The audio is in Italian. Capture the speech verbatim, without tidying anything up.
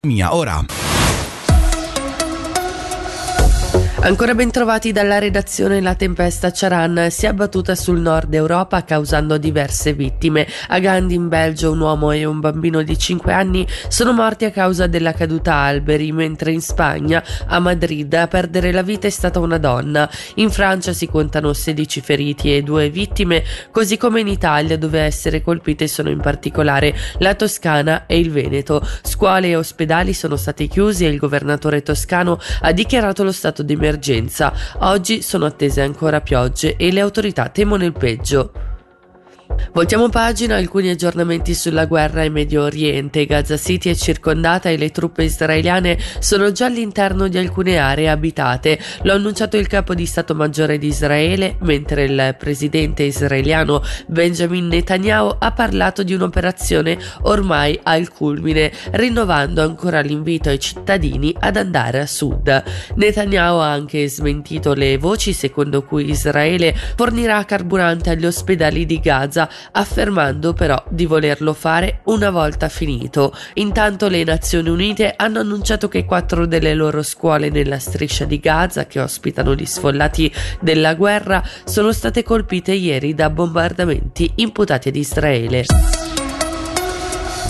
Mia ora. Ancora ben trovati dalla redazione. La tempesta Charan si è abbattuta sul nord Europa causando diverse vittime. A Gand in Belgio un uomo e un bambino di cinque anni sono morti a causa della caduta alberi, mentre in Spagna, a Madrid, a perdere la vita è stata una donna. In Francia si contano sedici feriti e due vittime, così come in Italia, dove a essere colpite sono in particolare la Toscana e il Veneto. Scuole e ospedali sono stati chiusi e il governatore toscano ha dichiarato lo stato di emergenza. Oggi sono attese ancora piogge e le autorità temono il peggio. Voltiamo pagina. Alcuni aggiornamenti sulla guerra in Medio Oriente. Gaza City è circondata e le truppe israeliane sono già all'interno di alcune aree abitate. Lo ha annunciato il capo di Stato Maggiore di Israele, mentre il presidente israeliano Benjamin Netanyahu ha parlato di un'operazione ormai al culmine, rinnovando ancora l'invito ai cittadini ad andare a sud. Netanyahu ha anche smentito le voci secondo cui Israele fornirà carburante agli ospedali di Gaza, affermando però di volerlo fare una volta finito. Intanto le Nazioni Unite hanno annunciato che quattro delle loro scuole nella striscia di Gaza, che ospitano gli sfollati della guerra, sono state colpite ieri da bombardamenti imputati ad Israele.